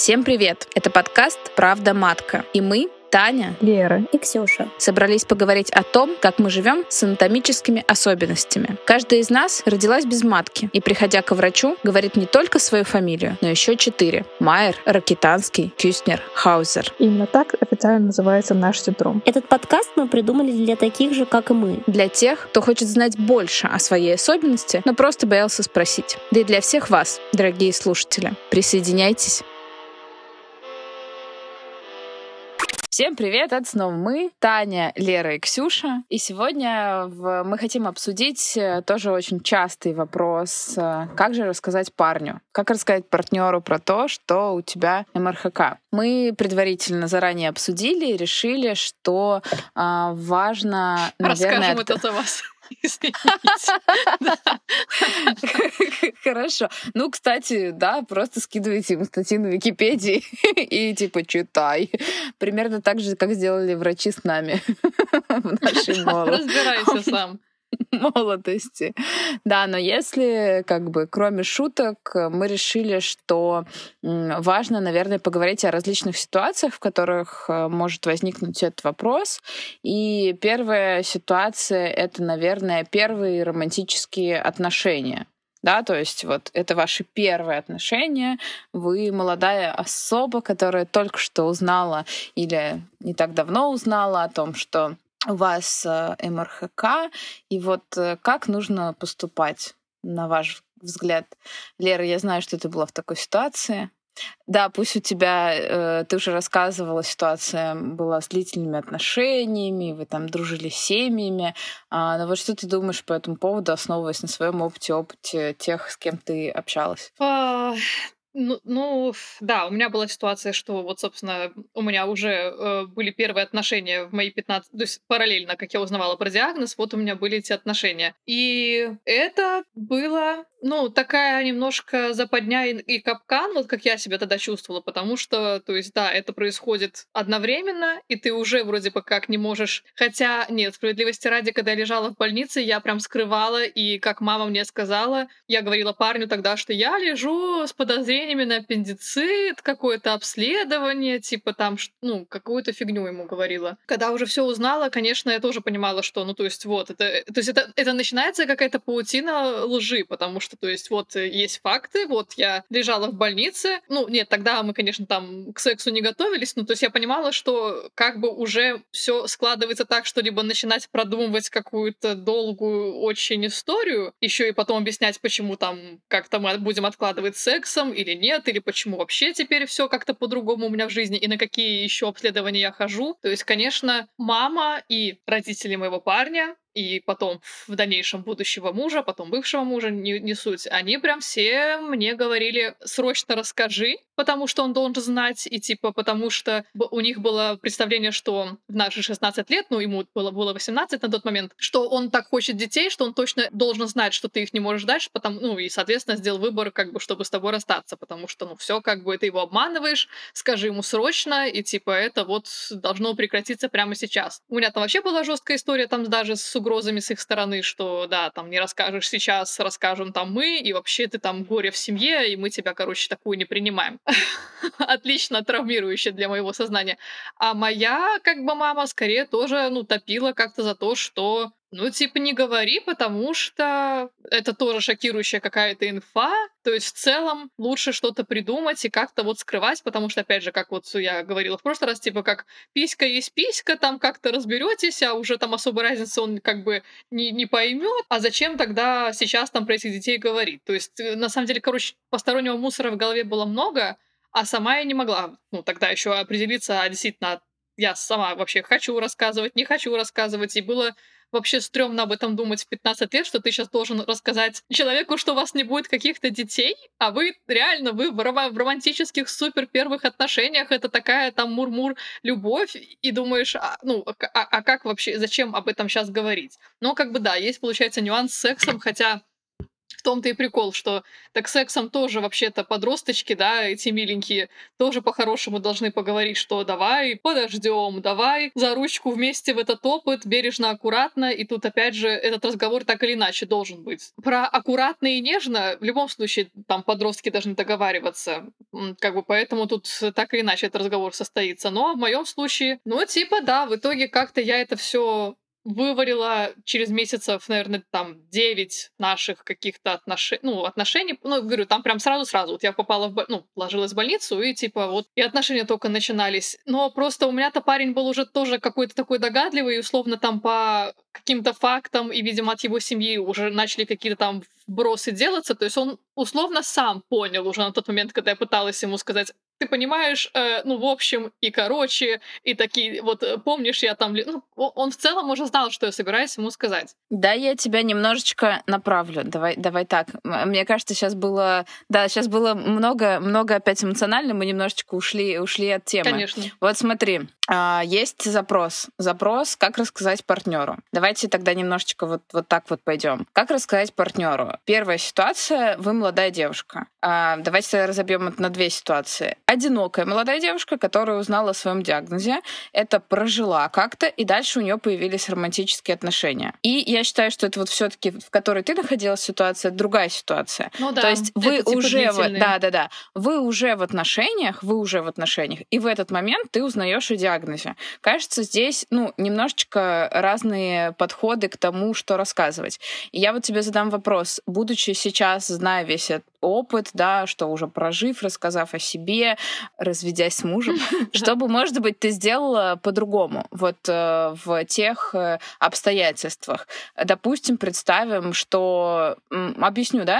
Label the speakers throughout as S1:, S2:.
S1: Всем привет! Это подкаст «Правда матка». И мы, Таня,
S2: Лера
S3: и Ксюша,
S1: собрались поговорить о том, как мы живем с анатомическими особенностями. Каждая из нас родилась без матки и, приходя к врачу, говорит не только свою фамилию, но еще 4. Майер, Ракитанский, Кюстнер, Хаузер.
S2: Именно так официально называется наш синдром.
S3: Этот подкаст мы придумали для таких же, как и мы.
S1: Для тех, кто хочет знать больше о своей особенности, но просто боялся спросить. Да и для всех вас, дорогие слушатели. Присоединяйтесь. Всем привет, это снова мы, Таня, Лера и Ксюша. И сегодня мы хотим обсудить тоже очень частый вопрос, как же рассказать парню, как рассказать партнеру про то, что у тебя МРХК. Мы предварительно заранее обсудили и решили, что важно, наверное...
S4: Расскажем это за вас. Извините.
S1: Хорошо. Ну, кстати, да, просто скидывайте им статьи на Википедии и типа читай. Примерно так же, как сделали врачи с нами в нашей
S4: Разбирайся сам.
S1: молодости. Да, но если, кроме шуток, мы решили, что важно, наверное, поговорить о различных ситуациях, в которых может возникнуть этот вопрос. И первая ситуация — это, наверное, первые романтические отношения. Да, то есть вот это ваши первые отношения, вы молодая особа, которая только что узнала или не так давно узнала о том, что у вас МРХК, и вот как нужно поступать, на ваш взгляд? Лера, я знаю, что ты была в такой ситуации. Да, пусть у тебя, ты уже рассказывала, ситуация была с длительными отношениями, вы там дружили с семьями, но вот что ты думаешь по этому поводу, основываясь на своем опыте тех, с кем ты общалась?
S4: Да, у меня была ситуация, что вот, собственно, у меня уже были первые отношения в мои 15, то есть параллельно, как я узнавала про диагноз, вот у меня были эти отношения. И это было, такая немножко западня и капкан, вот как я себя тогда чувствовала, потому что, то есть, да, это происходит одновременно, и ты уже вроде бы как не можешь... Хотя, нет, справедливости ради, когда я лежала в больнице, я прям скрывала, и как мама мне сказала, я говорила парню тогда, что я лежу с подозрением на аппендицит, какое-то обследование, типа там, какую-то фигню ему говорила. Когда уже все узнала, конечно, я тоже понимала, что, это начинается какая-то паутина лжи, потому что, то есть, вот есть факты, вот я лежала в больнице, нет, тогда мы, конечно, там к сексу не готовились, то есть я понимала, что как бы уже все складывается так, что либо начинать продумывать какую-то долгую очень историю, еще и потом объяснять, почему там как-то мы будем откладывать сексом или нет, или почему вообще теперь все как-то по-другому у меня в жизни, и на какие еще обследования я хожу. То есть, конечно, мама и родители моего парня, и потом в дальнейшем будущего мужа, потом бывшего мужа, не суть, они прям все мне говорили: срочно расскажи, потому что он должен знать, и типа потому что у них было представление, что в наши 16 лет, ему было 18 на тот момент, что он так хочет детей, что он точно должен знать, что ты их не можешь дать, и, соответственно, сделал выбор, чтобы с тобой расстаться, потому что, все, ты его обманываешь, скажи ему срочно, и типа это вот должно прекратиться прямо сейчас. У меня там вообще была жесткая история, там даже с угрозами с их стороны, что да, там не расскажешь сейчас, расскажем там мы, и вообще ты там горе в семье, и мы тебя, такую не принимаем. Отлично травмирующе для моего сознания. А моя, мама скорее тоже, топила как-то за то, что не говори, потому что это тоже шокирующая какая-то инфа. То есть в целом лучше что-то придумать и как-то вот скрывать, потому что, опять же, как вот я говорила в прошлый раз, как писька есть писька, там как-то разберетесь, а уже там особой разницы он не поймет. А зачем тогда сейчас там про этих детей говорить? То есть, на самом деле, постороннего мусора в голове было много, а сама я не могла, тогда еще определиться, а действительно, я сама вообще хочу рассказывать, не хочу рассказывать, и было вообще стрёмно об этом думать в 15 лет, что ты сейчас должен рассказать человеку, что у вас не будет каких-то детей, а вы реально, вы в романтических супер первых отношениях, это такая там мур-мур любовь, и думаешь, как вообще, зачем об этом сейчас говорить? Но да, есть, получается, нюанс с сексом, хотя В том-то и прикол, что так сексом тоже вообще-то подросточки, да, эти миленькие, тоже по-хорошему должны поговорить, что давай подождем, давай за ручку вместе в этот опыт, бережно, аккуратно, и тут опять же этот разговор так или иначе должен быть. Про аккуратно и нежно в любом случае там подростки должны договариваться, как бы поэтому тут так или иначе этот разговор состоится. Но в моем случае, ну типа да, в итоге как-то я это все выварила через месяцев, наверное, там 9 наших каких-то отношений. Ну, говорю, там прям сразу-сразу. Вот я попала ложилась в больницу, и типа вот и отношения только начинались. Но просто у меня-то парень был уже тоже какой-то такой догадливый, и условно там по каким-то фактам, и, видимо, от его семьи уже начали какие-то там вбросы делаться. То есть он условно сам понял уже на тот момент, когда я пыталась ему сказать, ты понимаешь, в общем и короче, и такие, вот помнишь, я там... он в целом уже знал, что я собираюсь ему сказать.
S1: Да, я тебя немножечко направлю. Давай так. Мне кажется, сейчас было много опять эмоционально, мы немножечко ушли от темы.
S4: Конечно.
S1: Вот смотри, есть запрос, как рассказать партнеру. Давайте тогда немножечко вот так вот пойдем. Как рассказать партнеру? Первая ситуация: вы молодая девушка. Давайте тогда разобьем это на две ситуации. Одинокая молодая девушка, которая узнала о своем диагнозе, это прожила как-то, и дальше у нее появились романтические отношения. И я считаю, что это вот все-таки, в которой ты находилась ситуация, это другая ситуация.
S4: Ну да.
S1: То есть вы
S4: типа
S1: уже
S4: длительные.
S1: вы уже в отношениях, и в этот момент ты узнаешь о диагнозе. Кажется, здесь немножечко разные подходы к тому, что рассказывать. И я вот тебе задам вопрос, будучи сейчас, зная весь этот опыт, да, что уже прожив, рассказав о себе, разведясь с мужем, что бы, может быть, ты сделала по-другому вот в тех обстоятельствах. Допустим, представим, что... Объясню, да?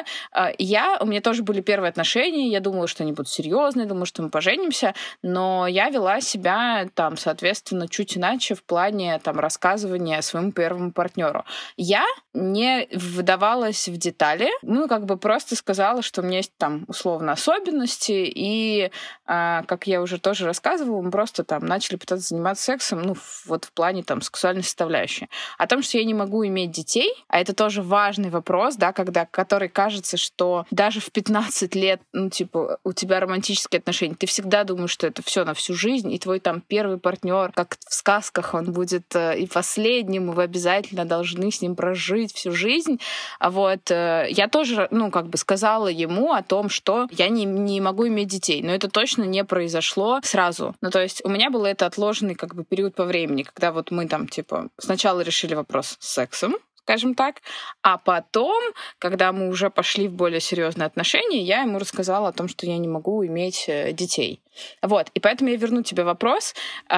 S1: У меня тоже были первые отношения, я думала, что они будут серьезные, думала, что мы поженимся, но я вела себя там, соответственно, чуть иначе в плане там рассказывания своему первому партнеру. Я не вдавалась в детали, просто сказала, что у меня есть там условно особенности, и, как я уже тоже рассказывала, мы просто там начали пытаться заниматься сексом, вот в плане там сексуальной составляющей. О том, что я не могу иметь детей, а это тоже важный вопрос, да, который кажется, что даже в 15 лет, у тебя романтические отношения, ты всегда думаешь, что это все на всю жизнь, и твой там первый партнер, как в сказках, он будет и последним, и вы обязательно должны с ним прожить всю жизнь. Вот. Я тоже, сказала ему о том, что я не могу иметь детей. Но это точно не произошло сразу. То есть у меня был это отложенный период по времени, когда вот мы там, сначала решили вопрос с сексом, скажем так, а потом, когда мы уже пошли в более серьезные отношения, я ему рассказала о том, что я не могу иметь детей. Вот. И поэтому я верну тебе вопрос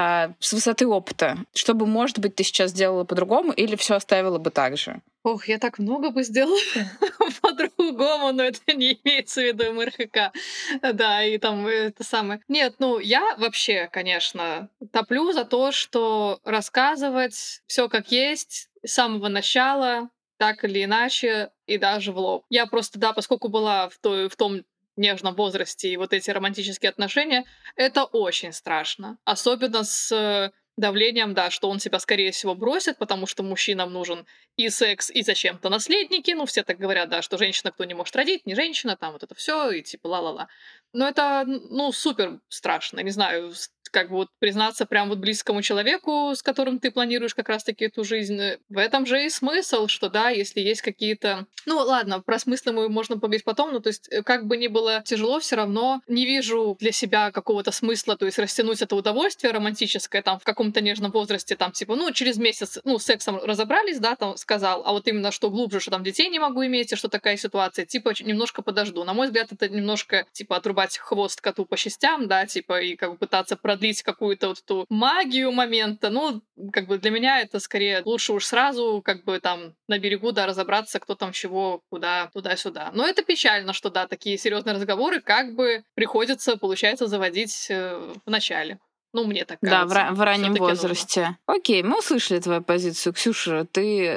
S1: с высоты опыта. Что бы, может быть, ты сейчас сделала по-другому или все оставила бы так же?
S4: Ох, я так много бы сделала по-другому, но это не имеется в виду МРХК. Да, и там это самое. Нет, я вообще, конечно, топлю за то, что рассказывать все как есть с самого начала, так или иначе, и даже в лоб. Я просто, да, поскольку была в том нежном возрасте и вот эти романтические отношения, это очень страшно. Особенно с давлением, да, что он тебя, скорее всего, бросит, потому что мужчинам нужен и секс, и зачем-то наследники. Все так говорят, да, что женщина, кто не может родить, не женщина, там вот это все и типа ла-ла-ла. Но это, супер страшно. Не знаю, признаться прям вот близкому человеку, с которым ты планируешь как раз-таки эту жизнь. В этом же и смысл, что да, если есть какие-то... ладно, про смыслы можно поговорить потом, то есть как бы ни было тяжело, все равно не вижу для себя какого-то смысла, то есть растянуть это удовольствие романтическое там в каком-то нежном возрасте, там через месяц, сексом разобрались, да, там сказал, а вот именно что глубже, что там детей не могу иметь, и что такая ситуация, немножко подожду. На мой взгляд, это немножко, отрубать хвост коту по частям, да, и пытаться продлить какую-то вот эту магию момента. Для меня это скорее лучше уж сразу, там на берегу, да, разобраться, кто там чего, куда, туда-сюда. Но это печально, что, да, такие серьезные разговоры приходится, получается, заводить в начале. Мне так кажется.
S1: Да, в раннем возрасте. Окей, мы услышали твою позицию. Ксюша, ты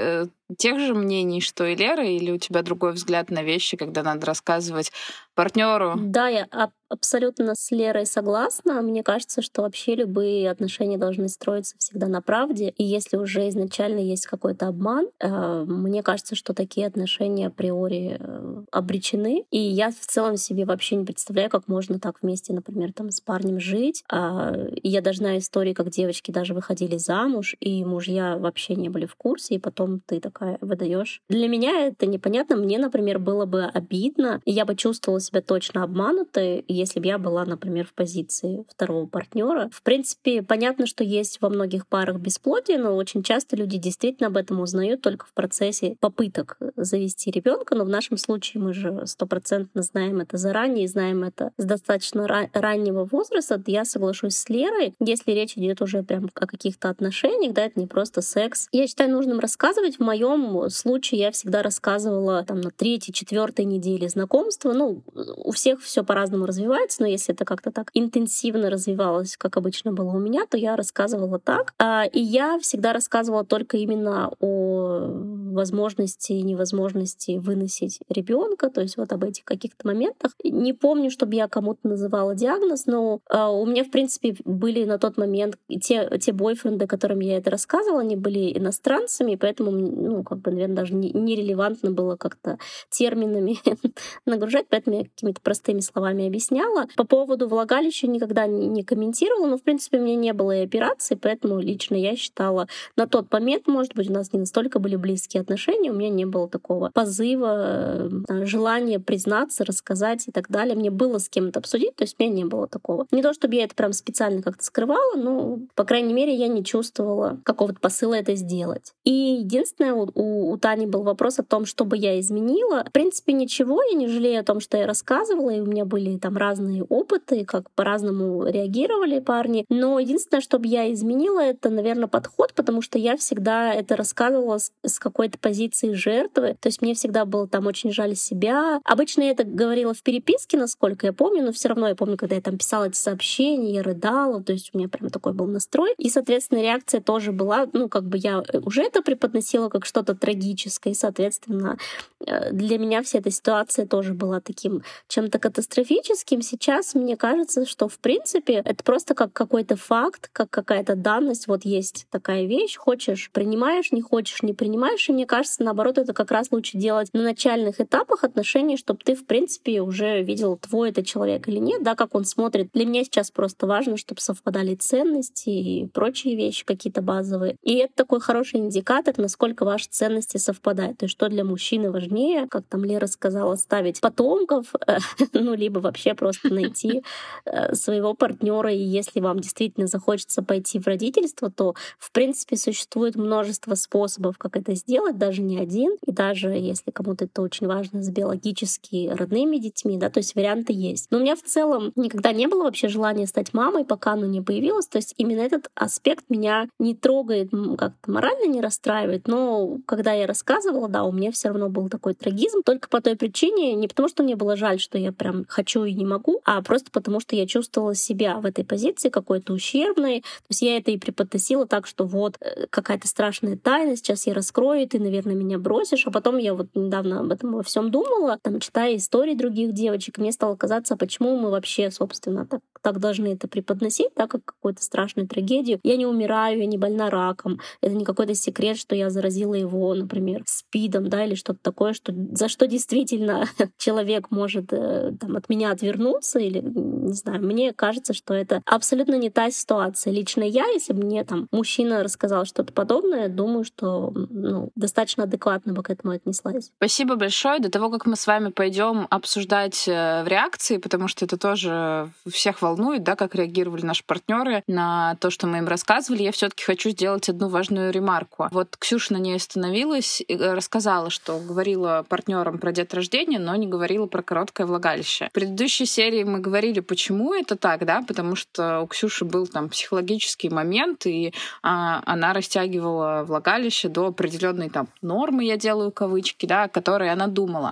S1: тех же мнений, что и Лера, или у тебя другой взгляд на вещи, когда надо рассказывать партнеру?
S3: Да, я абсолютно с Лерой согласна. Мне кажется, что вообще любые отношения должны строиться всегда на правде. И если уже изначально есть какой-то обман, мне кажется, что такие отношения априори обречены. И я в целом себе вообще не представляю, как можно так вместе, например, там, с парнем жить. И я даже знаю истории, как девочки даже выходили замуж, и мужья вообще не были в курсе, и потом ты такая выдаешь. Для меня это непонятно. Мне, например, было бы обидно, и я бы чувствовала себя точно обманутой, если бы я была, например, в позиции второго партнера. В принципе, понятно, что есть во многих парах бесплодие, но очень часто люди действительно об этом узнают только в процессе попыток завести ребенка. Но в нашем случае мы же 100% знаем это заранее, знаем это с достаточно раннего возраста. Я соглашусь с Лерой, если речь идет уже прям о каких-то отношениях, да, это не просто секс. Я считаю нужным рассказывать. В моем случае я всегда рассказывала там на 3-4 неделе знакомства. Ну, у всех все по-разному развивается, но если это как-то так интенсивно развивалось, как обычно было у меня, то я рассказывала так. И я всегда рассказывала только именно о возможности и невозможности выносить ребенка, то есть вот об этих каких-то моментах. Не помню, чтобы я кому-то называла диагноз, но у меня, в принципе, были на тот момент те бойфренды, которым я это рассказывала, они были иностранцами, поэтому, ну, как бы, наверное, даже нерелевантно было как-то терминами нагружать, поэтому я какими-то простыми словами объясняла. По поводу влагалища никогда не комментировала, но, в принципе, у меня не было и операции, поэтому лично я считала на тот момент, может быть, у нас не настолько были близкие отношения, у меня не было такого позыва, желания признаться, рассказать и так далее. Мне было с кем-то обсудить, то есть у меня не было такого. Не то, чтобы я это прям специально как-то скрывала, но, по крайней мере, я не чувствовала какого-то посыла это сделать. И единственное, у Тани был вопрос о том, что бы я изменила. В принципе, ничего, я не жалею о том, что я рассказывала, и у меня были там разные опыты, как по-разному реагировали парни. Но единственное, что бы я изменила, это, наверное, подход, потому что я всегда это рассказывала с какой-то позиции жертвы. То есть мне всегда было там очень жаль себя. Обычно я это говорила в переписке, насколько я помню, но все равно я помню, когда я там писала эти сообщения, я рыдала, то есть у меня прям такой был настрой. И, соответственно, реакция тоже была, ну, как бы я уже это преподносила как что-то трагическое, и, соответственно, для меня вся эта ситуация тоже была таким чем-то катастрофическим. Сейчас мне кажется, что, в принципе, это просто как какой-то факт, как какая-то данность. Вот есть такая вещь, хочешь — принимаешь, не хочешь — не принимаешь. И мне кажется, наоборот, это как раз лучше делать на начальных этапах отношений, чтобы ты, в принципе, уже видел, твой это человек или нет, да, как он смотрит. Для меня сейчас просто важно, чтобы совпадали ценности и прочие вещи какие-то базовые. И это такой хороший индикатор, насколько ваши ценности совпадают. То есть что для мужчины важнее, как там Лера сказала, ставить потомков, ну, либо вообще просто найти своего партнера. И если вам действительно захочется пойти в родительство, то, в принципе, существует множество способов, как это сделать, даже не один. И даже если кому-то это очень важно, с биологически родными детьми, да, то есть варианты есть. Но у меня в целом никогда не было вообще желания стать мамой, пока оно не появилось. То есть именно этот аспект меня не трогает, как-то морально не расстраивает. Но когда я рассказывала, да, у меня все равно был такой трагизм. Только по той причине, не потому что мне было жаль, что я прям хочу и не могу, а просто потому что я чувствовала себя в этой позиции какой-то ущербной. То есть я это и преподносила так, что вот какая-то страшная тайна, сейчас я раскрою, и ты, наверное, меня бросишь. А потом я вот недавно об этом во всем думала, там, читая истории других девочек, и мне стало казаться, почему мы вообще, собственно, так должны это преподносить, да, как какую-то страшную трагедию. Я не умираю, я не больна раком. Это не какой-то секрет, что я заразила его, например, СПИДом, да, или что-то такое, за что действительно человек может там, от меня отвернуться, или, не знаю, мне кажется, что это абсолютно не та ситуация. Лично я, если бы мне там мужчина рассказал что-то подобное, думаю, что достаточно адекватно бы к этому отнеслась.
S1: Спасибо большое. До того, как мы с вами пойдем обсуждать в реакции, потому что это тоже всех волнует, да, как реагировали наши партнеры на то, что мы им рассказывали, я все-таки хочу сделать одну важную ремарку. Вот Ксюша на ней остановилась и рассказала, что говорила партнерам про деторождение, но не говорила про короткое влагалище. В предыдущей серии мы говорили, почему это так, да, потому что у Ксюши был там психологический момент, и она растягивала влагалище до определенной там нормы, я делаю кавычки, да, о которой она думала.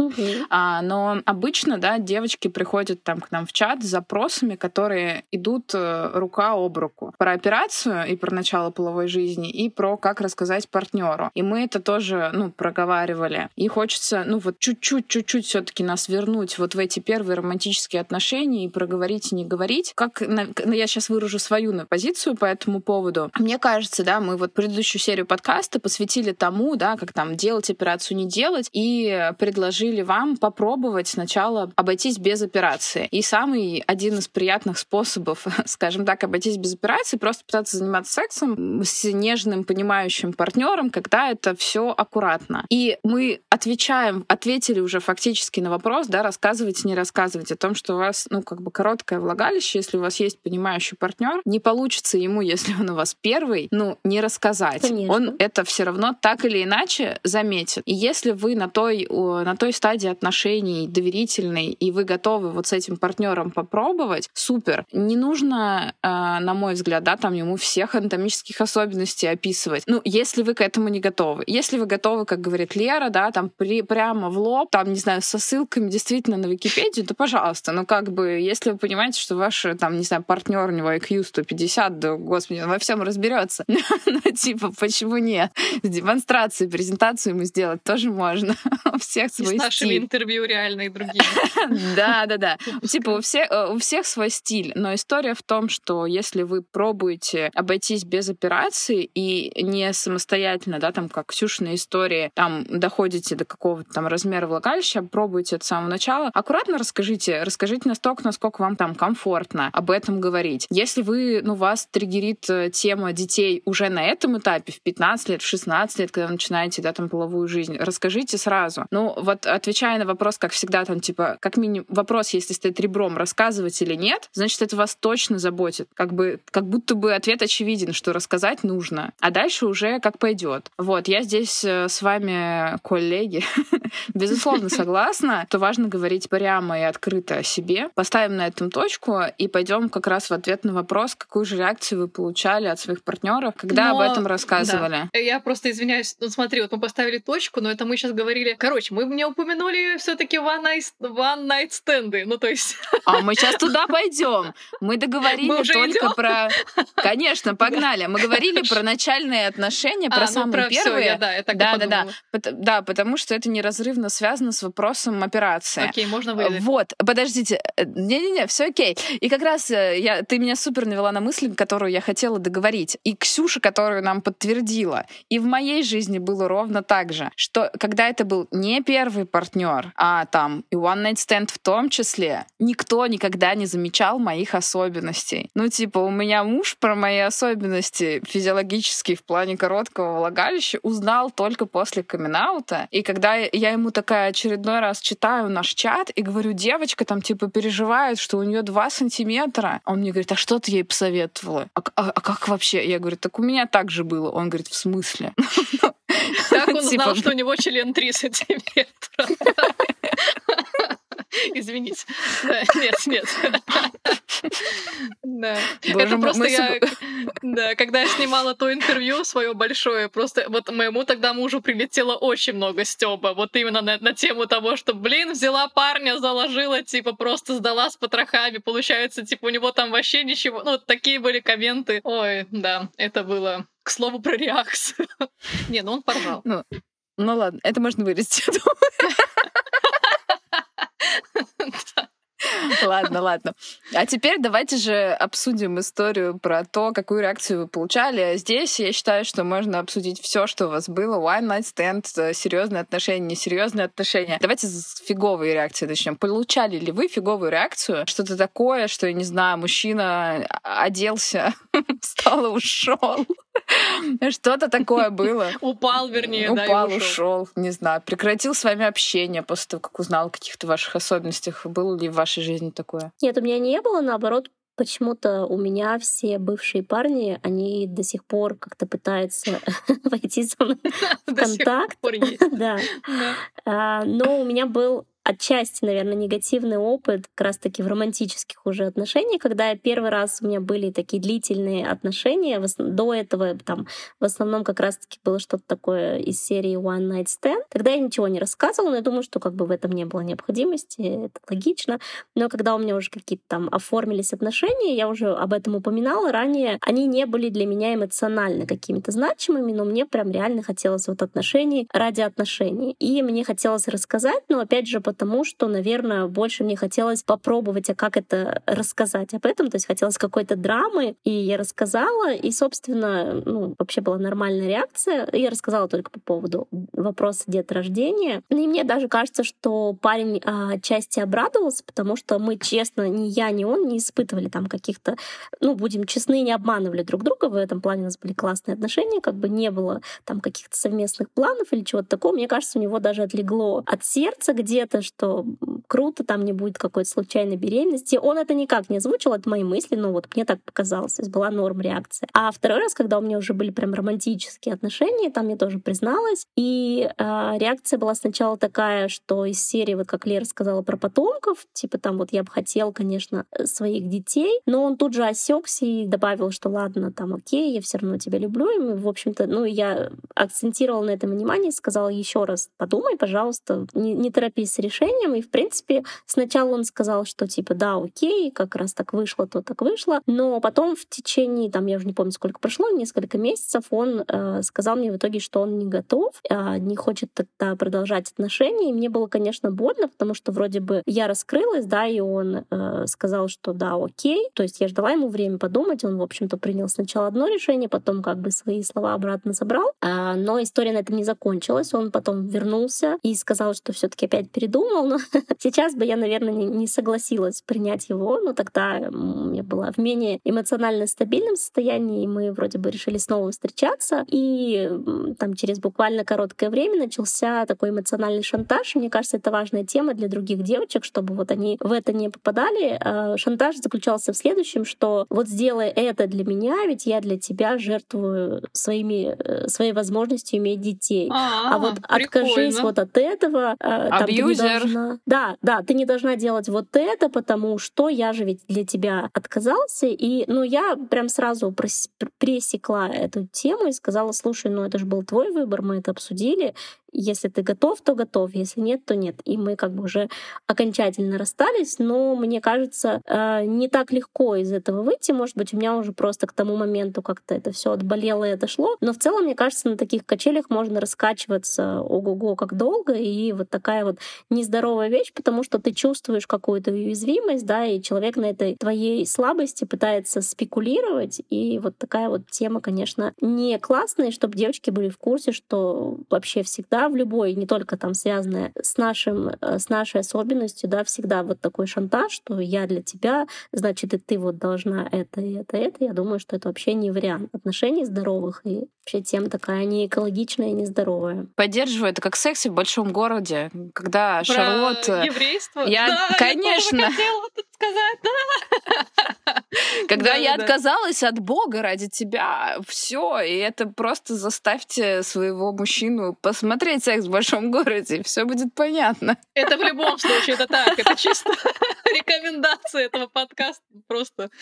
S1: Но обычно, да, девочки приходят там к нам в чат с запросами, которые идут рука об руку. Про операцию и про начало половой жизни, и про как рассказать партнеру. И мы мы это тоже, проговаривали. И хочется, чуть-чуть все-таки нас вернуть вот в эти первые романтические отношения и проговорить и не говорить. Я сейчас выражу свою позицию по этому поводу. Мне кажется, да, мы вот предыдущую серию подкаста посвятили тому, да, как там делать операцию, не делать, и предложили вам попробовать сначала обойтись без операции. И самый один из приятных способов, скажем так, обойтись без операции, просто пытаться заниматься сексом с нежным, понимающим партнером, когда это все аккуратно. И мы ответили уже фактически на вопрос, да, рассказывать, не рассказывать о том, что у вас, короткое влагалище, если у вас есть понимающий партнер, не получится ему, если он у вас первый, не рассказать.
S3: Конечно.
S1: Он это все равно так или иначе заметит. И если вы на той стадии отношений доверительной, и вы готовы вот с этим партнером попробовать, супер. Не нужно, на мой взгляд, да, там ему всех анатомических особенностей описывать. Если вы к этому не готовы. Если вы готовы, как говорит Лера, да, там прямо в лоб, там, не знаю, со ссылками действительно на Википедию, то пожалуйста. Если вы понимаете, что ваш, там, не знаю, партнер у него IQ 150, да, господи, он во всем разберется. Почему нет? Демонстрации, презентацию ему сделать тоже можно. У всех свой стиль.
S4: И с нашими интервью реально и другими.
S1: Да. У всех свой стиль. Но история в том, что если вы пробуете обойтись без операции и не самостоятельно, да, там, как Ксюшина история, там, доходите до какого-то там размера влагалища, пробуйте от самого начала, аккуратно расскажите настолько, насколько вам там комфортно об этом говорить. Если вас триггерит тема детей уже на этом этапе, в 15 лет, в 16 лет, когда вы начинаете, да, там, половую жизнь, расскажите сразу. Отвечая на вопрос, как всегда, там, типа, как минимум, вопрос, если стоит ребром, рассказывать или нет, значит, это вас точно заботит. Как будто бы ответ очевиден, что рассказать нужно. А дальше уже как пойдет. Я здесь с вами, коллеги, безусловно согласна, что важно говорить прямо и открыто о себе. Поставим на этом точку и пойдем как раз в ответ на вопрос, какую же реакцию вы получали от своих партнеров, когда об этом рассказывали.
S4: Да. Я просто извиняюсь, смотри, мы поставили точку, но это мы сейчас говорили. Короче, мы не упомянули все-таки one night стенды. То есть.
S1: А мы сейчас туда пойдем. Мы договорили только про. Конечно, погнали. Мы говорили про начальные отношения, про самые первые.
S4: Я так и подумала.
S1: Да, потому что это неразрывно связано с вопросом операции.
S4: Окей, можно выйти.
S1: Подождите. Не, все окей. И как раз ты меня супер навела на мысль, которую я хотела договорить. И Ксюша, которую нам подтвердила. И в моей жизни было ровно так же, что когда это был не первый партнер, а там и one night stand в том числе, никто никогда не замечал моих особенностей. У меня муж про мои особенности физиологические в плане короткого влагалища узнал только после камин-аута. И когда я ему такая очередной раз читаю наш чат и говорю, девочка там переживает, что у нее 2 сантиметра. Он мне говорит, а что ты ей посоветовала? А как вообще? Я говорю, так у меня так же было. Он говорит, в смысле?
S4: Как он знал, что у него член 3 сантиметра? Извините. Нет. Да. Это просто когда я снимала то интервью свое большое, просто моему тогда мужу прилетело очень много стёба. Именно на тему того, что, взяла парня, заложила, просто сдала с потрохами. Получается, у него там вообще ничего. Такие были комменты. Ой, да, это было, к слову, про реакцию. Не, он поржал.
S1: Ну ладно, это можно вырезать, я думаю. Ладно. А теперь давайте же обсудим историю про то, какую реакцию вы получали. Здесь я считаю, что можно обсудить все, что у вас было. One night stand, серьезные отношения, несерьезные отношения. Давайте с фиговой реакции начнем. Получали ли вы фиговую реакцию? Что-то такое, что, я не знаю, мужчина оделся, встал и ушел. Что-то такое было.
S4: Упал, вернее,
S1: Упал, ушел. Не знаю. Прекратил с вами общение после того, как узнал о каких-то ваших особенностях. Было ли в вашей жизни такое?
S3: Нет, у меня не было. Наоборот, почему-то у меня все бывшие парни, они до сих пор как-то пытаются войти со мной в контакт. Да. Но у меня был отчасти, наверное, негативный опыт как раз-таки в романтических уже отношениях, когда первый раз у меня были такие длительные отношения. До этого там в основном как раз-таки было что-то такое из серии One Night Stand. Тогда я ничего не рассказывала, но я думаю, что как бы в этом не было необходимости, это логично. Но когда у меня уже какие-то там оформились отношения, я уже об этом упоминала ранее, они не были для меня эмоционально какими-то значимыми, но мне прям реально хотелось вот отношений ради отношений. И мне хотелось рассказать, но опять же потому, что, наверное, больше мне хотелось попробовать, а как это рассказать об этом, то есть хотелось какой-то драмы, и я рассказала, и, собственно, вообще была нормальная реакция. Я рассказала только по поводу вопроса деторождения. И мне даже кажется, что парень отчасти обрадовался, потому что мы, честно, ни я, ни он не испытывали там каких-то, будем честны, не обманывали друг друга. В этом плане у нас были классные отношения, как бы не было там каких-то совместных планов или чего-то такого. Мне кажется, у него даже отлегло от сердца где-то, что круто, там не будет какой-то случайной беременности. Он это никак не озвучил, это мои мысли, но вот мне так показалось, то есть была норм реакция. А второй раз, когда у меня уже были прям романтические отношения, там я тоже призналась, и реакция была сначала такая, что из серии, вот как Лера сказала про потомков, типа там вот я бы хотел, конечно, своих детей, но он тут же осекся и добавил, что ладно, там окей, я все равно тебя люблю, и мы, в общем-то, я акцентировала на этом внимание, сказала еще раз, подумай, пожалуйста, не торопись с решением, и в принципе сначала он сказал, что типа да, окей, как раз так вышло, то так вышло, но потом в течение, там я уже не помню, сколько прошло, несколько месяцев, он сказал мне в итоге, что он не готов, не хочет тогда продолжать отношения, и мне было, конечно, больно, потому что вроде бы я раскрылась, да, и он сказал, что да, окей, то есть я ждала ему время подумать, он, в общем-то, принял сначала одно решение, потом как бы свои слова обратно забрал, но история на этом не закончилась, он потом вернулся и сказал, что все-таки опять передумал, но сейчас бы я, наверное, не согласилась принять его, но тогда я была в менее эмоционально стабильном состоянии, и мы вроде бы решили снова встречаться, и там через буквально короткое время начался такой эмоциональный шантаж, и мне кажется, это важная тема для других девочек, чтобы вот они в это не попадали. Шантаж заключался в следующем, что вот сделай это для меня, ведь я для тебя жертвую своей возможностью иметь детей. А вот откажись вот от этого. Там, ты не должна... Да, ты не должна делать вот это, потому что я же ведь для тебя отказался. И я прям сразу пресекла эту тему и сказала, слушай, это же был твой выбор, мы это обсудили. Если ты готов, то готов, если нет, то нет. И мы как бы уже окончательно расстались, но мне кажется, не так легко из этого выйти. Может быть, у меня уже просто к тому моменту как-то это все отболело и отошло. Но в целом, мне кажется, на таких качелях можно раскачиваться ого-го как долго. И вот такая вот нездоровая вещь, потому что ты чувствуешь какую-то уязвимость, да, и человек на этой твоей слабости пытается спекулировать. И вот такая вот тема, конечно, не классная, чтобы девочки были в курсе, что вообще всегда в любой, не только там связанная с нашей особенностью, да, всегда вот такой шантаж, что я для тебя, значит, и ты вот должна это, и это, и это. Я думаю, что это вообще не вариант отношений здоровых, и вообще тема такая не экологичная и нездоровая.
S1: Поддерживаю, это как в «Сексе в большом городе», когда
S4: про
S1: Шарлотт...
S4: еврейство?
S1: Конечно.
S4: Я тоже хотела тут сказать, да.
S1: Когда я отказалась от Бога ради тебя, все, и это просто заставьте своего мужчину посмотреть «Секс в большом городе», и все будет понятно.
S4: Это в любом случае, это так, это чисто рекомендация этого подкаста, просто.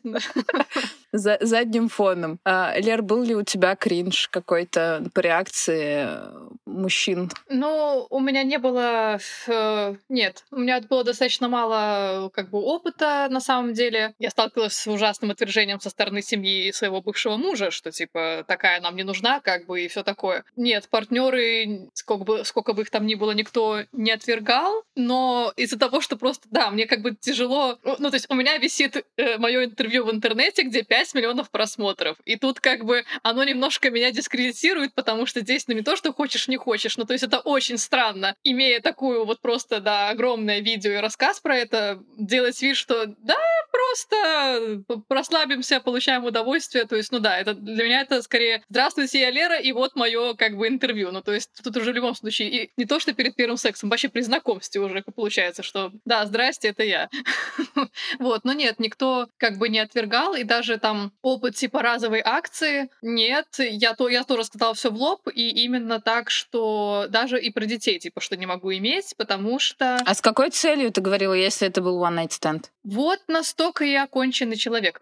S1: Задним фоном. Лер, был ли у тебя кринж какой-то по реакции мужчин?
S4: У меня не было... Нет, у меня было достаточно мало опыта, на самом деле. Я сталкивалась с ужасным отвержением со стороны семьи своего бывшего мужа, что, типа, такая нам не нужна, и все такое. Нет, партнеры, сколько бы их там ни было, никто не отвергал, но из-за того, что просто, да, мне тяжело... то есть у меня висит мое интервью в интернете, где 5 миллионов просмотров. И тут оно немножко меня дискредитирует, потому что здесь не то, что хочешь, не хочешь. То есть это очень странно, имея такую вот просто, да, огромное видео и рассказ про это, делать вид, что да, просто расслабимся, получаем удовольствие. То есть, ну да, это для меня это скорее «Здравствуйте, я Лера, и вот мое как бы интервью». Ну, то есть тут уже в любом случае, и не то, что перед первым сексом, вообще при знакомстве уже получается, что да, здрасте, это я. Вот, но нет, никто как бы не отвергал, и даже там опыт типа разовой акции, нет, я тоже сказала все в лоб, и именно так, что даже и про детей, типа, что не могу иметь, потому что...
S1: А с какой целью ты говорила, если это был one-night stand?
S4: Вот настолько я оконченный человек.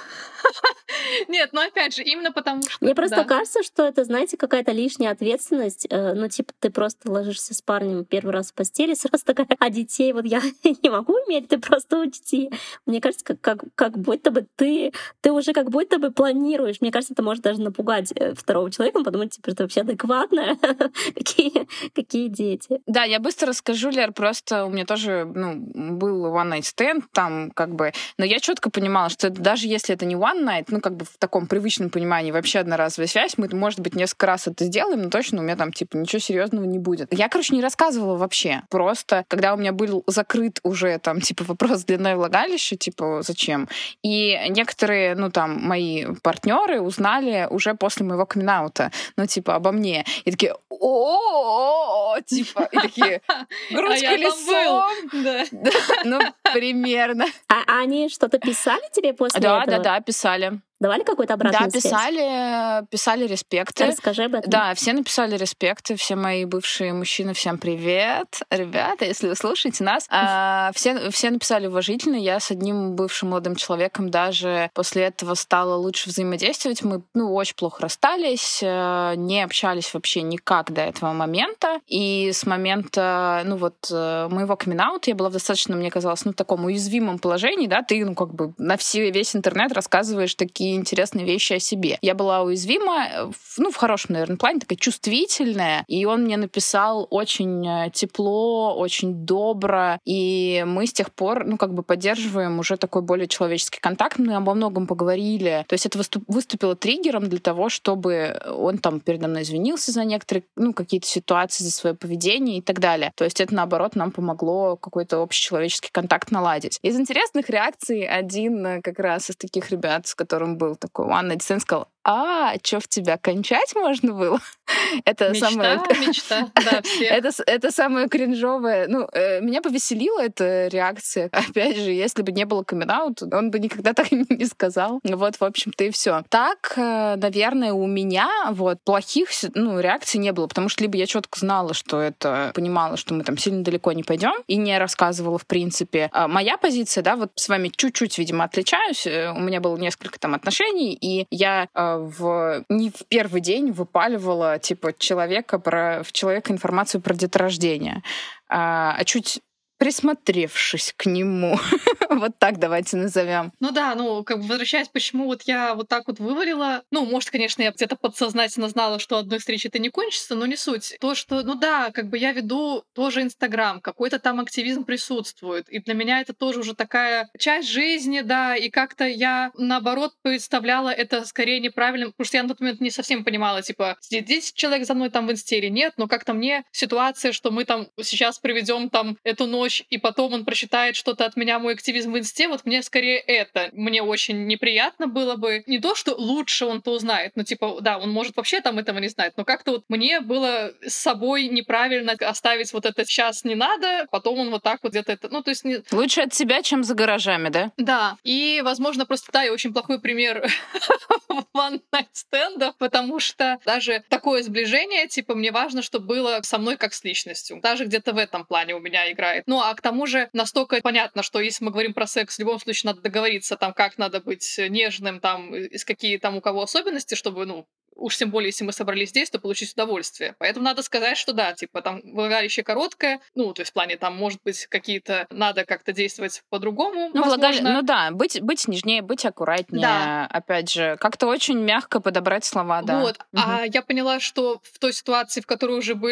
S4: Нет, но опять же, именно потому что...
S3: Мне просто кажется, что это, знаете, какая-то лишняя ответственность. Ну, типа, ты просто ложишься с парнем первый раз в постели, сразу такая, а детей вот я не могу иметь, ты просто учти. Мне кажется, как будто бы ты уже как будто бы планируешь. Мне кажется, это может даже напугать второго человека, он подумает, типа, ты вообще адекватная? Какие дети?
S1: Да, я быстро расскажу, Лер, просто у меня тоже был one-night stand там, как бы, но я четко понимала, что даже если это не one night, ну, как бы в таком привычном понимании вообще одноразовая связь, мы, может быть, несколько раз это сделаем, но точно у меня там, типа, ничего серьезного не будет. Я, короче, не рассказывала вообще. Просто, когда у меня был закрыт уже там, типа, вопрос с длиной влагалища, типа, зачем? И некоторые, ну, там, мои партнеры узнали уже после моего камин-аута, ну, типа, обо мне. И такие, о, типа, и такие, грудь колесом. Ну, примерно.
S3: А они что-то писали тебе после этого?
S1: Да, писали.
S3: Давали какую-то обратную связь?
S1: Да, писали респекты.
S3: Расскажи об этом.
S1: Да, все написали респекты, все мои бывшие мужчины, всем привет. Ребята, если вы слушаете нас. Все написали уважительно. Я с одним бывшим молодым человеком даже после этого стала лучше взаимодействовать. Мы, очень плохо расстались, не общались вообще никак до этого момента. И с момента, моего камин-аута я была в достаточно, мне казалось, в таком уязвимом положении, да, ты, как бы на весь интернет рассказываешь такие интересные вещи о себе. Я была уязвима, в хорошем, наверное, плане, такая чувствительная, и он мне написал очень тепло, очень добро, и мы с тех пор, поддерживаем уже такой более человеческий контакт, мы обо многом поговорили. То есть это выступило триггером для того, чтобы он там передо мной извинился за некоторые, какие-то ситуации, за свое поведение и так далее. То есть это, наоборот, нам помогло какой-то общечеловеческий контакт наладить. Из интересных реакций один как раз из таких ребят, с которым был такой one night stand, сказал, что в тебя кончать можно было? Это
S4: мечта, да, все.
S1: Это самое кринжовое. Меня повеселила эта реакция. Опять же, если бы не было камин-аут, он бы никогда так не сказал. Вот, в общем-то, и все. Так, наверное, у меня плохих реакций не было, потому что либо я четко знала, что это, понимала, что мы там сильно далеко не пойдем, и не рассказывала, в принципе. Моя позиция, да, с вами чуть-чуть, видимо, отличаюсь. У меня было несколько там отношений, и я не в первый день выпаливала в человека информацию про деторождение, а чуть присмотревшись к нему. Вот так давайте назовем.
S4: Возвращаясь, почему я вот так вывалила. Может, конечно, я где-то подсознательно знала, что одной встречи это не кончится, но не суть. То, что, я веду тоже Инстаграм, какой-то там активизм присутствует. И для меня это тоже уже такая часть жизни, да, и как-то я, наоборот, представляла это скорее неправильно, потому что я на тот момент не совсем понимала, сидит 10 человек за мной там в Инсте или нет, но как-то мне ситуация, что мы там сейчас проведем там эту ночь, и потом он прочитает что-то от меня, мой активизм в Инсте, мне скорее это. Мне очень неприятно было бы. Не то, что лучше он-то узнает, он может вообще там этого не знать, но как-то мне было с собой неправильно оставить это сейчас не надо, потом он вот так где-то это...
S1: Лучше от себя, чем за гаражами, да?
S4: Да. И, возможно, просто, я очень плохой пример one-night-стендов, потому что даже такое сближение, мне важно, чтобы было со мной как с личностью. Даже где-то в этом плане у меня играет. А к тому же настолько понятно, что если мы говорим про секс, в любом случае надо договориться, как надо быть нежным, из какие там у кого особенности, чтобы, уж тем более, если мы собрались здесь, то получить удовольствие. Поэтому надо сказать, что да, влагалище короткое, то есть в плане может быть какие-то, надо как-то действовать по-другому, возможно.
S1: Быть нежнее, быть аккуратнее, опять же, как-то очень мягко подобрать слова, да.
S4: Вот, а я поняла, что в той ситуации, в которой уже были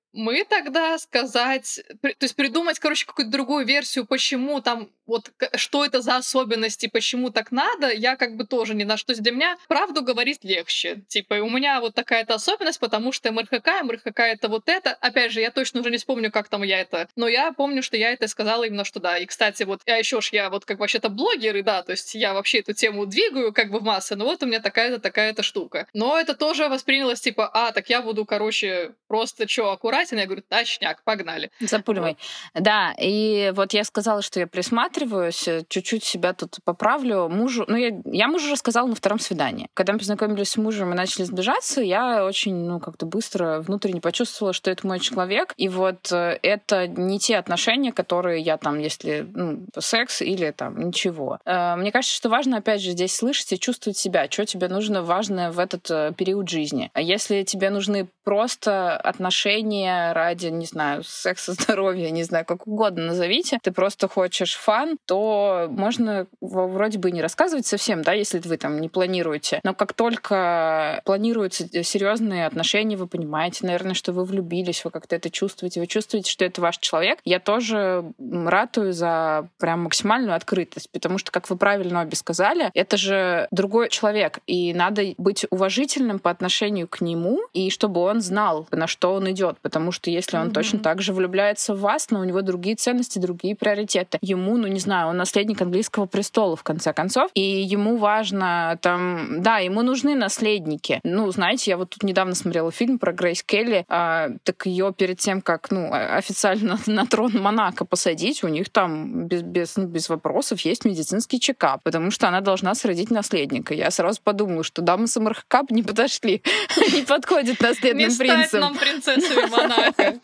S4: мы тогда сказать, то есть придумать, короче, какую-то другую версию, почему там, вот, что это за особенности, почему так надо, я как бы тоже не наш. То есть для меня правду говорить легче. Типа, у меня вот такая-то особенность, потому что МРХК это вот это. Опять же, я точно уже не вспомню, как там я это, но я помню, что я это сказала именно, что да. И, кстати, вот, я вот как вообще-то блогер, и да, то есть я вообще эту тему двигаю как бы в массы, но вот у меня такая-то штука. Но это тоже воспринялось, типа, так я буду, короче, просто аккуратен? Я говорю, точняк, погнали.
S1: Запуливай. Вот. Да, и вот я сказала, что я присматриваюсь, чуть-чуть себя тут поправлю. Мужу, я мужу рассказала на втором свидании. Когда мы познакомились с мужем и начали сближаться, я очень, как-то быстро внутренне почувствовала, что это мой человек, и вот это не те отношения, которые я там, если секс или там ничего. Мне кажется, что важно, опять же, здесь слышать и чувствовать себя, что тебе нужно важное в этот период жизни. А если тебе нужны просто отношения ради, не знаю, секса, здоровья, не знаю, как угодно назовите, ты просто хочешь фан, то можно вроде бы не рассказывать совсем, да, если вы там не планируете. Но как только планируются серьезные отношения, вы понимаете, наверное, что вы влюбились, вы как-то это чувствуете, вы чувствуете, что это ваш человек. Я тоже ратую за прям максимальную открытость, потому что, как вы правильно обе сказали, это же другой человек, и надо быть уважительным по отношению к нему, и чтобы он знал, на что он идет, потому что если он точно так же влюбляется в вас, но у него другие ценности, другие приоритеты. Ему, не знаю, он наследник английского престола, в конце концов, и ему важно там, да, ему нужны наследники. Знаете, я вот тут недавно смотрела фильм про Грейс Келли, так ее перед тем, как, официально на трон Монако посадить, у них там без вопросов есть медицинский чекап, потому что она должна сродить наследника. Я сразу подумала, что дамы с МРХК не подошли, не подходят наследным принцам.
S4: Не стать нам принцессой Монако.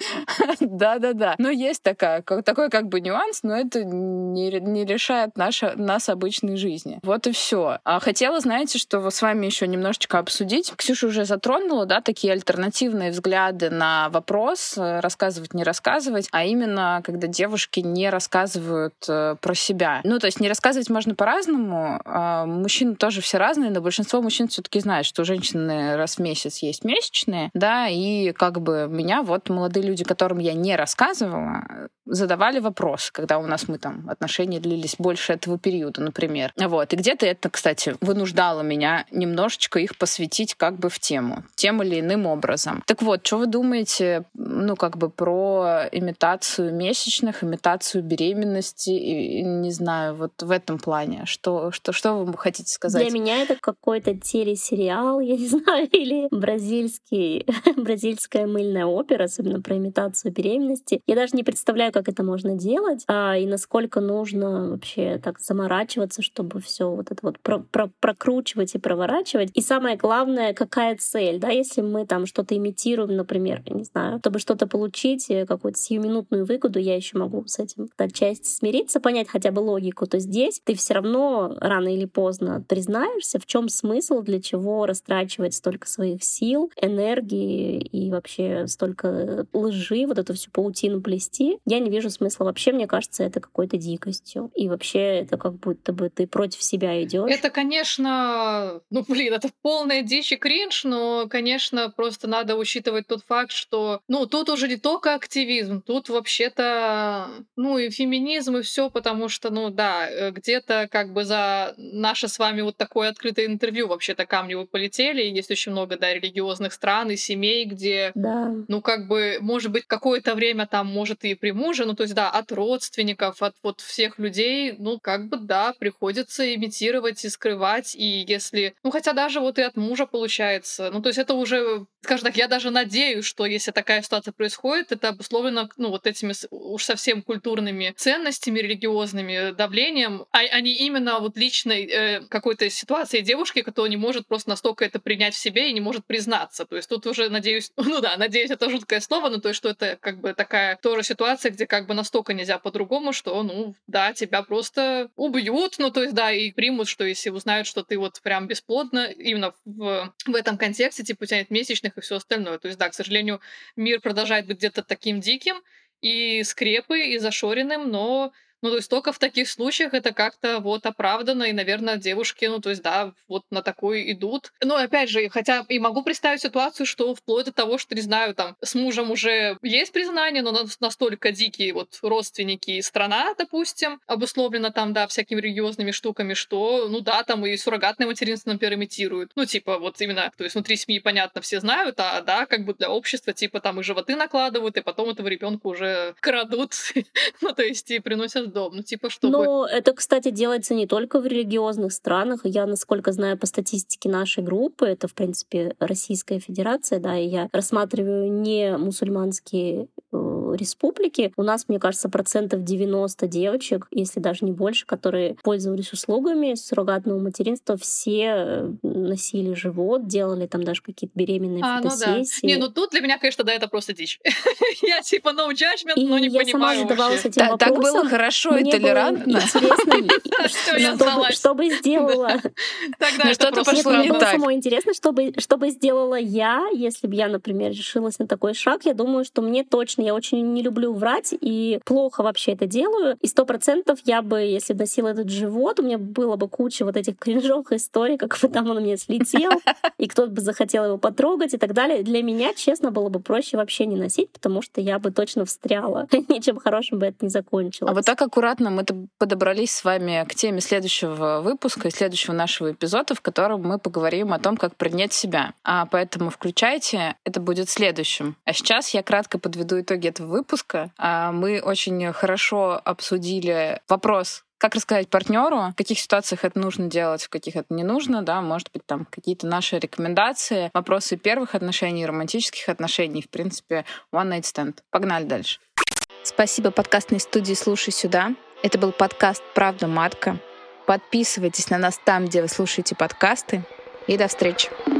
S1: Да. Есть такой как бы нюанс, но это не решает нас обычной жизни. Вот и все. Хотела, знаете, что с вами еще немножечко обсудить. Ксюша уже затронула, да, такие альтернативные взгляды на вопрос, рассказывать, не рассказывать, а именно, когда девушки не рассказывают про себя. То есть не рассказывать можно по-разному. Мужчины тоже все разные, но большинство мужчин все-таки знают, что у женщины раз в месяц есть месячные, да, и как бы меня вот молодые люди, которым я не рассказывала, задавали вопросы, когда у нас отношения длились больше этого периода, например. Вот. И где-то это, кстати, вынуждало меня немножечко их посвятить как бы в тему, тем или иным образом. Так вот, что вы думаете, про имитацию месячных, имитацию беременности, и, не знаю, вот в этом плане, что вы хотите сказать?
S3: Для меня это какой-то телесериал, я не знаю, или бразильская мыльная опера, особенно про имитацию беременности. Я даже не представляю, как это можно делать, и насколько нужно вообще так заморачиваться, чтобы все вот это вот прокручивать и проворачивать. И самое главное, какая цель, да, если мы там что-то имитируем, например, я не знаю, чтобы что-то получить, какую-то сиюминутную выгоду, я еще могу с этим отчасти смириться, понять хотя бы логику, то здесь ты все равно рано или поздно признаешься, в чем смысл, для чего растрачивать столько своих сил, энергии и вообще столько лжи, вот эту всю паутину плести. Я не вижу смысла вообще, мне кажется, это какой-то дикостью. И вообще это как будто бы ты против себя идешь.
S4: Это, конечно, это полная дичь и кринж, но, конечно, просто надо учитывать тот факт, что, тут уже не только активизм, тут вообще-то, и феминизм, и все, потому что, где-то как бы за наше с вами вот такое открытое интервью вообще-то камни вы полетели, и есть очень много, религиозных стран и семей, где, может быть, какое-то время там, может, и при муже, то есть, от родственников, от вот всех людей, приходится имитировать и скрывать, и если, хотя даже вот и от мужа получается, то есть это уже, скажем так, я даже надеюсь, что если такая ситуация происходит, это обусловлено, вот этими уж совсем культурными ценностями, религиозными давлением, а не именно вот личной какой-то ситуацией девушки, которая не может просто настолько это принять в себе и не может признаться. То есть тут уже, надеюсь, надеюсь, это жуткое слово, но то есть, что это как бы такая тоже ситуация, где как бы настолько нельзя по-другому, что, тебя просто убьют, и примут, что если узнают, что ты вот прям бесплодна, именно в этом контексте, типа у тебя нет месячных и все остальное. То есть, к сожалению, мир продолжает быть где-то таким диким и скрепой, и зашоренным, но Ну, то есть только в таких случаях это как-то вот оправдано, и, наверное, девушки, ну, то есть, да, вот на такое идут. Но, опять же, хотя и могу представить ситуацию, что вплоть до того, что, не знаю, там, с мужем уже есть признание, но настолько дикие вот родственники и страна, допустим, обусловлена там, да, всякими религиозными штуками, что, ну да, там и суррогатное материнство, например, имитируют. Ну, типа, вот именно, то есть внутри семьи, понятно, все знают, а, да, как бы для общества, типа, там и животы накладывают, и потом этого ребенка уже крадут, ну, то есть и приносят в дом, ну, типа, чтобы...
S3: Но это, кстати, делается не только в религиозных странах. Я, насколько знаю по статистике нашей группы, это, в принципе, Российская Федерация, да, и я рассматриваю не мусульманские республики. У нас, мне кажется, 90% девочек, если даже не больше, которые пользовались услугами суррогатного материнства, все носили живот, делали там даже какие-то беременные фотосессии.
S4: Ну да. Не, ну тут для меня, конечно, да, это просто дичь. Я типа no judgment, но не понимаю вообще.
S3: И я сама задавалась этим вопросом.
S1: Так было хорошо и толерантно.
S3: Что бы сделала...
S4: Тогда
S1: что-то пошло не
S3: так.
S1: так.
S3: Самое интересное, что бы сделала я, если бы я, например, решилась на такой шаг. Я думаю, что мне точно, я очень не люблю врать и плохо вообще это делаю. И 100% я бы, если бы носила этот живот, у меня было бы куча вот этих кринжовых историй, как бы там он у меня слетел, и кто-то бы захотел его потрогать и так далее. Для меня, честно, было бы проще вообще не носить, потому что я бы точно встряла. Ничем хорошим бы это не закончилось.
S1: А вот так аккуратно мы подобрались с вами к теме следующего выпуска и следующего нашего эпизода, в котором мы поговорим о том, как принять себя. Поэтому включайте, это будет следующим. А сейчас я кратко подведу итоги этого выпуска. Мы очень хорошо обсудили вопрос, как рассказать партнеру, в каких ситуациях это нужно делать, в каких это не нужно, да, может быть, там какие-то наши рекомендации, вопросы первых отношений, романтических отношений, в принципе, one night stand. Погнали дальше. Спасибо подкастной студии «Слушай сюда». Это был подкаст «Правда матка». Подписывайтесь на нас там, где вы слушаете подкасты. И до встречи.